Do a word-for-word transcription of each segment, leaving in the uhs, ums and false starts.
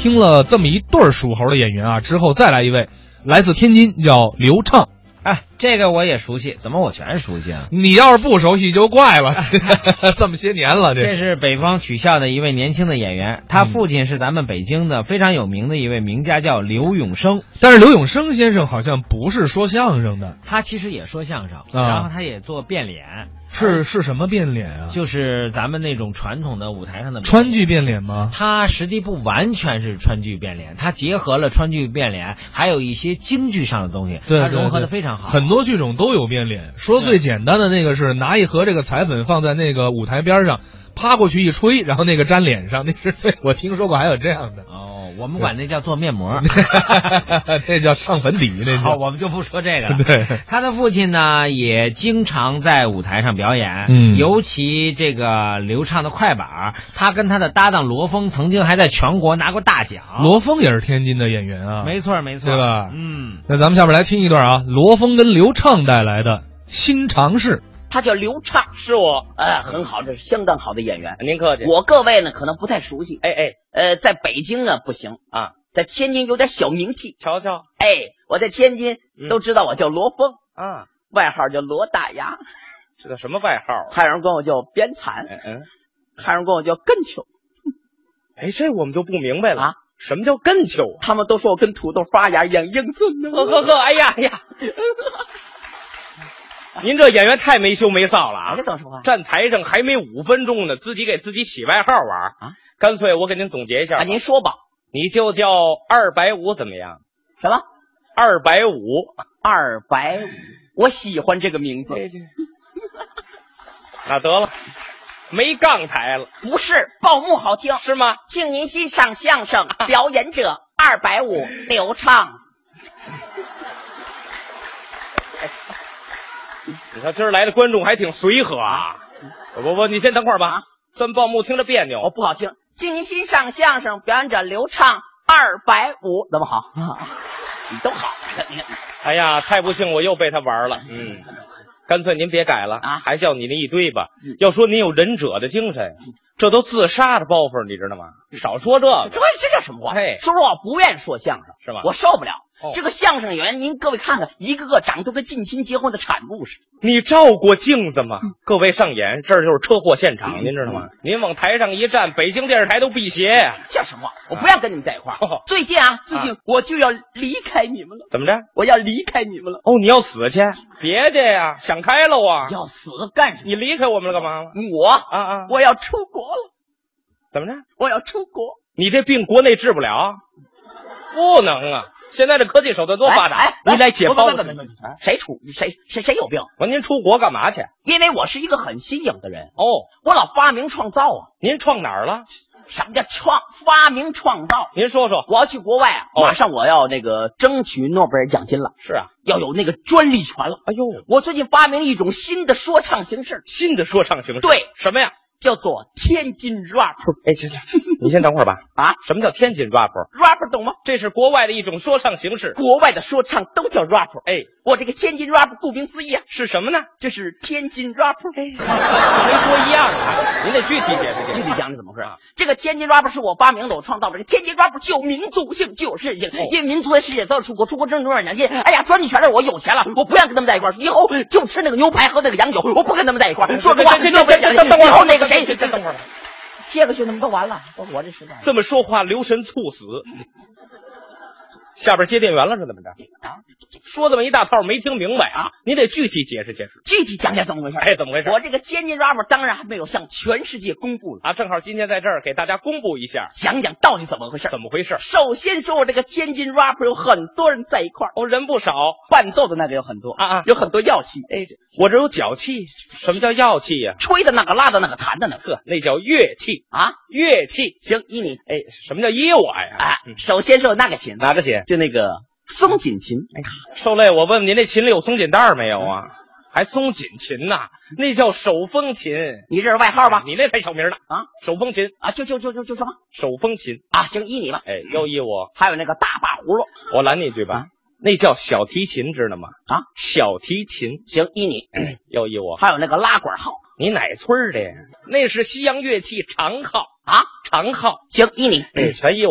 听了这么一对属猴的演员啊，之后再来一位，来自天津，叫刘畅。 哎，这个我也熟悉，怎么我全熟悉啊？ 你要是不熟悉就怪了，这么些年了。这这是北方曲校的一位年轻的演员，他父亲是咱们北京的非常有名的一位名家，叫刘永生。 但是刘永生先生好像不是说相声的， 他其实也说相声， 啊、 然后他也做变脸。 是是什么变脸啊？ 就是咱们那种传统的舞台上的川剧变脸吗？ 它实际不完全是川剧变脸，它结合了川剧变脸，还有一些京剧上的东西， 对， 它融合的非常好。 很多剧种都有变脸。说最简单的那个是拿一盒这个彩粉放在那个舞台边上，趴过去一吹，然后那个粘脸上，那是最我听说过还有这样的。 哦，我们管那叫做面膜， 那叫上粉底。那好，我们就不说这个了。 对， 他的父亲呢也经常在舞台上表演， 嗯， 尤其这个刘畅的快板，他跟他的搭档罗峰曾经还在全国拿过大奖。 罗峰也是天津的演员啊， 没错没错， 对吧？ 嗯， 那咱们下面来听一段啊，罗峰跟刘畅带来的新尝试。 他叫刘畅， 是我， 呃，很好，这是相当好的演员。 您客气。 我各位呢可能不太熟悉， 哎哎， 呃，在北京呢不行啊， 在天津有点小名气。 瞧瞧， 哎，我在天津都知道我叫罗峰、 嗯、啊， 外号叫罗大牙。 这叫什么外号、啊？ 还有人管我叫边惨， 嗯嗯， 还有人管我叫跟球。 哎，这我们就不明白了啊， 什么叫跟球啊？ 他们都说我跟土豆发芽一样英俊呢。 呵呵呵，哎呀哎呀。您这演员太没羞没臊了啊！ 这怎么说话？ 站台上还没五分钟呢，自己给自己起外号玩啊！干脆我给您总结一下啊，您说吧， 你就叫二百五怎么样？ 什么？ 二百五， 二百五，我喜欢这个名字。 那得了，没杠台了。 不是，报幕好听是吗？ 请您欣赏相声，表演者二百五刘畅。 你看今儿来的观众还挺随和啊！不不不，你先等会儿吧。咱报幕听着别扭， 哦，不好听。请您欣赏相声，表演者刘畅二百五，怎么好？你都好，你看。 哎呀，太不幸，我又被他玩了。嗯，干脆您别改了啊，还叫你那一堆吧。嗯、要说您有忍者的精神，这都自杀的包袱，你知道吗？少说这个。 这这叫什么话？说实话，我不愿意说相声， 是吗？ 我受不了。 哦、 这个相声演员，您各位看看，一个个长得都跟近亲结婚的产物似的。 你照过镜子吗？嗯、各位上演，这就是车祸现场，嗯、您知道吗？嗯、您往台上一站，北京电视台都辟邪呀！ 这什么话？我不要跟你们在一块儿。啊、最近啊，最近我就要离开你们了。 怎么着？ 我要离开你们了。 哦，你要死去？别介呀，想开了啊！ 要死干什么？ 你离开我们了干嘛？ 我啊啊！ 我要出国了。 怎么着？ 我要出国。 你这病国内治不了？不能啊！现在这科技手段多发达！ 哎， 您来解剖。 谁出谁谁谁有病？ 我您出国干嘛去？ 因为我是一个很新颖的人哦， 我老发明创造啊。 您创哪儿了？ 什么叫创发明创造？ 您说说。 我要去国外啊， 哦、 马上我要这个争取诺贝尔奖金了。 是啊， 要有那个专利权了。 哎呦， 我最近发明了一种新的说唱形式。 新的说唱形式？ 对， 什么呀？ 叫做天津 rap。 哎，行行，你先等会儿吧。 啊， 什么叫天津 rap？rap 懂吗？ 这是国外的一种说唱形式。 国外的说唱都叫 rap。 哎， 我这个天津 rap 顾名思义啊， 是什么呢？ 这是天津 rap。 哎，没说一样啊，您得具体解释解释。 具体讲是怎么回事？啊、这个天津 rap 是我发明的，我创造的。这个天津 rap 具有民族性，具有世界性，哦、因为民族在世界早要出国，出国挣多少奖金。哎呀，专利权的我有钱了，我不想跟他们在一块儿，以后就吃那个牛排和那个洋酒，我不跟他们在一块儿。说实话，诺贝尔奖金以后那个谁， 等会儿吧。 接个学他们都完了，我这时代这么说话留神猝死。下边接电源了是怎么着？啊，说这么一大套没听明白啊！你得具体解释解释， 具体讲讲怎么回事？ 哎，怎么回事？ 我这个天津 rapper 当然还没有向全世界公布了啊！正好今天在这儿给大家公布一下， 讲讲到底怎么回事？ 怎么回事？ 首先说，我这个天津 rapper 有很多人在一块儿， 哦，人不少， 伴奏的那个有很多啊啊， 有很多药气。 哎，我这有脚气，什么叫药气呀、啊？ 吹的那个、拉的那个、弹的那个， 呵，那叫乐器啊， 乐器。 行，依你。 哎，什么叫依我呀？ 哎，嗯、首先说那个琴， 哪个琴？ 就那个。松紧琴。 哎呀，受累，我问问您，那琴里有松紧带没有啊？还松紧琴呐、啊？那叫手风琴。 你这是外号吧？ 你那才小名呢啊！手风琴啊，就就就就就什么手风琴啊？行，依你吧。 哎，又依我。 还有那个大把葫芦， 我拦你一句吧，啊、那叫小提琴，知道吗？ 啊， 小提琴。 行，依你。 又依我。 还有那个拉管号， 你哪村的呀？那是西洋乐器长号啊， 长号。 行，依你。 全依我。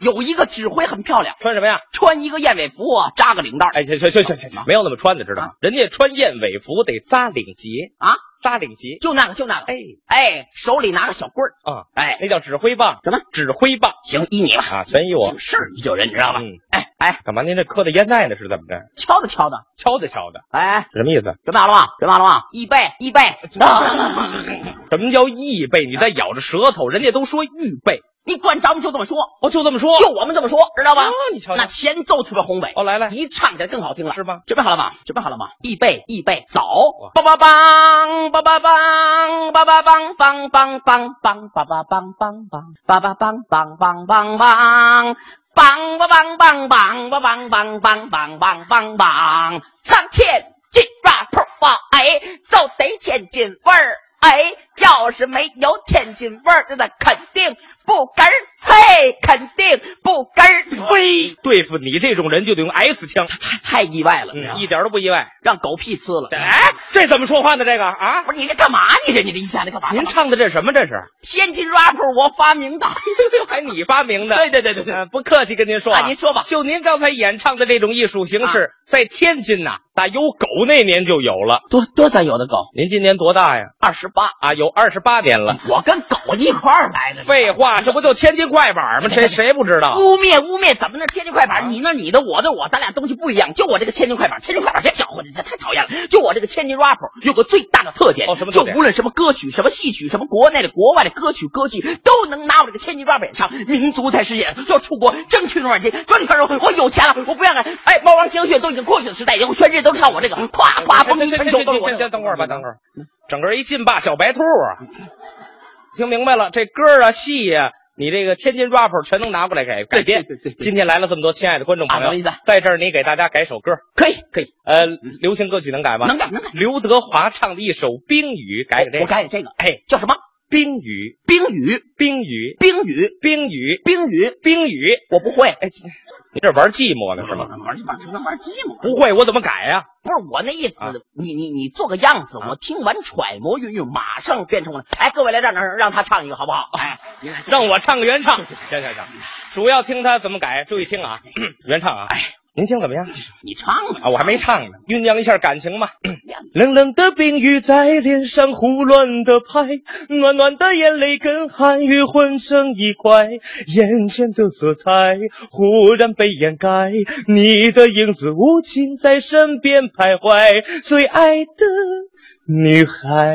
有一个指挥很漂亮， 穿什么呀？ 穿一个燕尾服，扎个领带。 哎，行行行行行，没有那么穿的，知道吗？啊、人家穿燕尾服得扎领结啊， 扎领结， 就那个就那个。 哎哎，手里拿个小棍儿啊， 哎， 那叫指挥棒。 什么指挥棒？ 行，依你吧。 啊，全依我。 是你就人，知道吧？ 嗯， 哎哎， 干嘛？您这磕的烟袋呢？是怎么着？ 敲的敲的， 敲的敲的。 哎， 什么意思？ 准备好了吗？准备好了吗？预备，预备。 什么叫预备？你在咬着舌头，人家都说预备。 你管咱们就这么说， 我、哦、就这么说， 就我们这么说，知道吧？ 哦、你瞧瞧， 那前奏特别宏伟， 哦，来来， 一唱起来更好听了， 是吗？ 准备好了吗？准备好了吗？预备，预备，走！梆梆梆，梆梆梆，梆梆梆梆梆梆梆，梆梆梆梆梆，梆梆梆梆梆梆梆。梆梆梆梆梆梆梆梆梆梆梆梆梆，唱天津 rap 哇，哎，就得天津味儿，哎，要是没有天津味儿，那肯定不哏儿脆，肯定不哏儿脆。 对付你这种人就得用 S 枪， 太太意外了， 嗯，一点都不意外， 让狗屁呲了。 哎，这怎么说话呢？这个啊， 不是你这干嘛？你这你这一下子干嘛？ 您唱的这什么？这是天津 rap 我发明的， 还你发明的？ 对对对对对、 呃，不客气跟您说啊， 啊您说吧。 就您刚才演唱的这种艺术形式，啊、在天津呐、啊，打有狗那年就有了。 多多咱有的狗。 您今年多大呀？ 二十八啊，有二十八年了。 我跟狗一块儿来的。 废话，这不就天津快板吗？谁谁不知道？ 污蔑污蔑，怎么那天津快板？你那你的，我的我，咱俩东西不一样。就我这个天津快板，天津快板别搅和，这太讨厌了。就我这个天津 rap 有个最大的特点， 哦，什么特点？ 就无论什么歌曲、什么戏曲、什么国内的、国外的歌曲、歌剧，都能拿我这个天津 rap 演唱。民族才是演，就出国争取诺尔金。说你看说，我有钱了，我不让人。哎，猫王精血都已经过去的时代，以后全世界都唱我这个，夸夸风靡全球都是我。 先等会儿吧，等会儿，整个一劲霸小白兔啊！听明白了，这歌啊、戏呀、啊，你这个天津 rapper 全能拿过来改改编。 对对对对， 今天来了这么多亲爱的观众朋友， 啊、 在这儿你给大家改首歌， 可以可以。 呃，流行歌曲能改吗？ 能改能改。 刘德华唱的一首《冰雨》，改改这个。 我改这个， 哎， 叫什么？ 冰雨， 冰雨， 冰雨， 冰雨， 冰雨， 冰雨， 冰雨。 我不会。哎， 你这玩寂寞呢是吗？ 玩玩玩玩寂寞。 不会，我怎么改呀？ 不是我那意思， 啊、 你你你做个样子，啊、我听完揣摩运用，马上变成了。哎，各位来让让让他唱一个好不好？哎， 让我唱个原唱。行行行，主要听他怎么改，注意听啊，原唱啊。 哎。 您听怎么样？ 你唱啊，我还没唱呢，酝酿一下感情嘛。冷冷的冰雨在脸上胡乱的拍，暖暖的眼泪跟寒雨混成一块，眼前的色彩忽然被掩盖，你的影子无情在身边徘徊，最爱的女孩。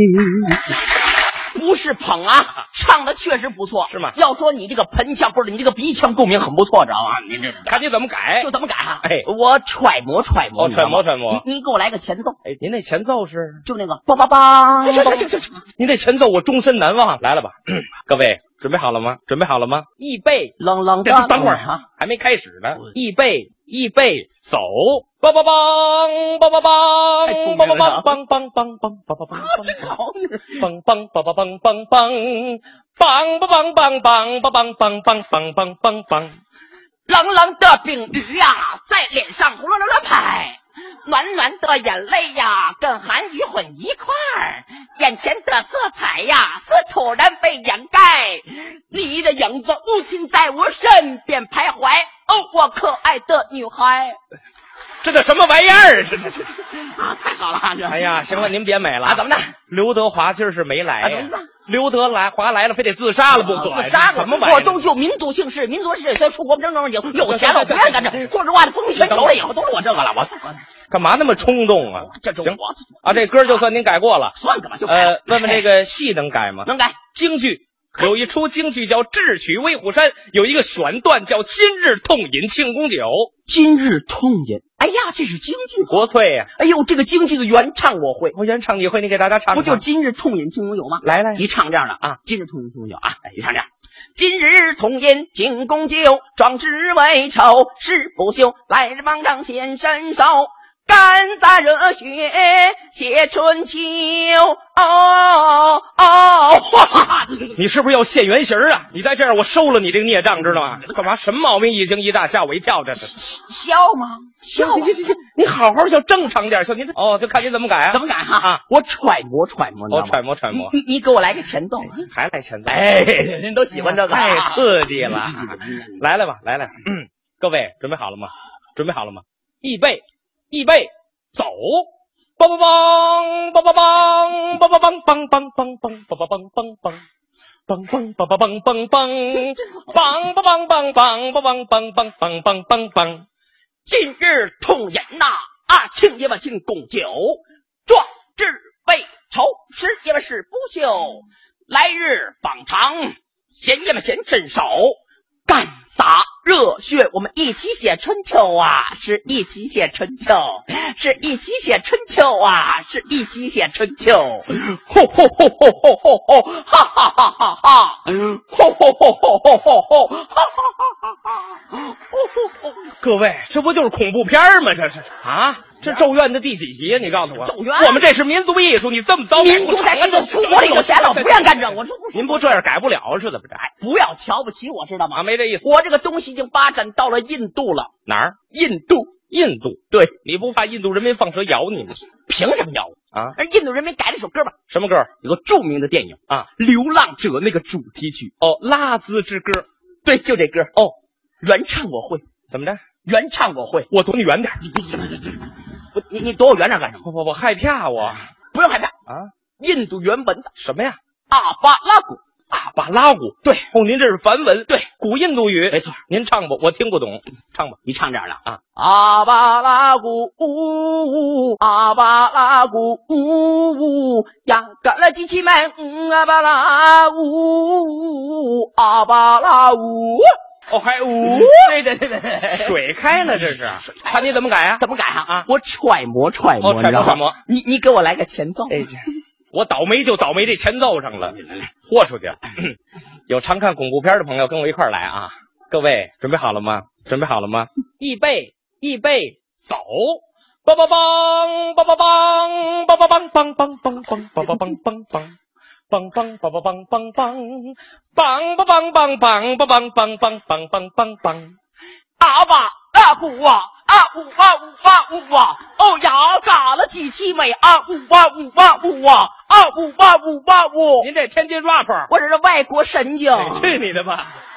不是捧啊，唱的确实不错， 是吗？ 要说你这个盆腔不是你这个鼻腔共鸣很不错，知道吗？你这看你怎么改就怎么改啊？ 哎， 我揣摩揣摩， 哦，揣摩揣摩。 您给我来个前奏。 哎，您那前奏是就那个梆梆梆。 行行行行，您那前奏我终身难忘。来了吧，各位准备好了吗？准备好了吗？预备， 冷冷的。 等会儿啊，还没开始呢。预备，预备，走。梆梆梆，梆梆梆，梆梆梆，梆梆梆梆梆梆梆梆， 这好呢。 梆梆梆梆梆梆梆，梆梆梆梆梆梆梆梆梆梆梆梆梆。 冷冷的冰雨呀，在脸上胡乱乱拍，暖暖的眼泪呀，跟寒雨混一块儿，眼前的色彩呀，是突然被掩盖，你的影子无情在我身边徘徊，哦，我可爱的女孩。 这叫什么玩意儿？这这这啊，太好了！这哎呀，行了，您别美了啊！怎么的？ 刘德华今儿是没来呀？ 啊、 刘德来华来了，非得自杀了不可？ 自杀什么玩意儿？ 我终究民族姓氏，民族氏，所以出国正正经有钱了，我不愿干这。说实话，风靡全球了，以后都是我这个了。我干嘛那么冲动啊？ 这行我啊，这歌就算您改过了， 算干嘛就改呃，问问这个戏能改吗？ 能改。 京剧有一出京剧叫《智取威虎山》，有一个选段叫《今日痛饮庆功酒》。 今日痛饮，哎呀，这是京剧国粹呀！ 哎呦，这个京剧的原唱我会， 我原唱你会，你给大家唱唱。 不就是今日痛饮庆功酒吗？ 来来， 一唱这样的啊，今日痛饮庆功酒啊，一唱这样。今日痛饮庆功酒，壮志未酬誓不休，来日方长显身手。 干洒热血写春秋。哦哦，哗！ 你是不是要现原形啊？你再这样，我收了你这个孽障，知道吗？干嘛？什么毛病？一惊一大，吓我一跳，这是笑吗？笑你你你好好笑，正常点，笑您哦，就看你怎么改啊？ 怎么改哈？ 啊， 我揣摩揣摩， 我揣摩揣摩。 你你给我来个前奏， 还来前奏？ 哎，人都喜欢这个， 太刺激了！来来吧，来来，嗯，各位准备好了吗？准备好了吗？预备，预备，走！梆梆梆，梆梆梆，梆梆梆梆梆梆梆梆梆梆梆梆。梆梆梆梆梆梆梆，梆梆梆梆梆梆梆梆梆梆梆梆梆。 今日同饮呐，啊，庆爷们庆共酒，壮志未酬，时爷们誓不休。来日方长，闲爷们显身手，干洒热血，我们一起写春秋啊，是一起写春秋，是一起写春秋啊，是一起写春秋。吼吼吼吼吼吼吼，哈哈哈哈哈！吼吼吼吼吼吼吼，哈哈哈哈哈！ 各位，这不就是恐怖片吗？这是啊，这咒怨的第几集呀？你告诉我。 咒怨， 我们这是民族艺术，你这么糟， 民族在这个出国里有钱了，不愿干这。我说您不这样改不了是怎么着？ 哎，不要瞧不起我，知道吗？ 啊，没这意思。 我这个东西已经发展到了印度了。 哪儿？ 印度， 印度。 对， 你不怕印度人民放蛇咬你吗？ 凭什么咬我啊？ 而印度人民改了首歌吧？ 什么歌？ 有个著名的电影啊， 《流浪者》那个主题曲。 哦，拉兹之歌。 对，就这歌。 哦， 原唱我会。 怎么着？ 原唱我会。 我躲你远点。 我你你躲我远点干什么？ 我我我害怕我。 不用害怕啊！ 印度原文的什么呀？ 阿巴拉古。 阿巴拉古。 对， 哦，您这是梵文。 对， 古印度语。 没错。 您唱吧，我听不懂。唱吧， 你唱这样的啊。 阿巴拉古呜，阿巴拉古呜呀，干了机器们，嗯阿巴拉呜，阿巴拉呜。 哦，还呜， 对对对对， 水开了，这是。看你怎么改啊？ 怎么改啊？ 啊， 我揣摩揣摩， 哦，揣摩揣摩。 你你给我来个前奏。 哎，我倒霉就倒霉这前奏上了，豁出去了。有常看恐怖片的朋友跟我一块儿来啊！各位准备好了吗？准备好了吗？预备，预备，走！梆梆梆，梆梆梆，梆梆梆梆梆梆梆梆梆梆梆梆。梆梆梆梆梆梆梆，梆梆梆梆梆梆梆梆梆梆梆梆梆， 阿巴拉古啊，啊呜啊呜啊呜啊，哦呀，嘎了几七美啊呜啊呜啊呜啊，啊呜啊呜啊呜。 您这天津 rapper， 我这是外国神经。 去你的吧！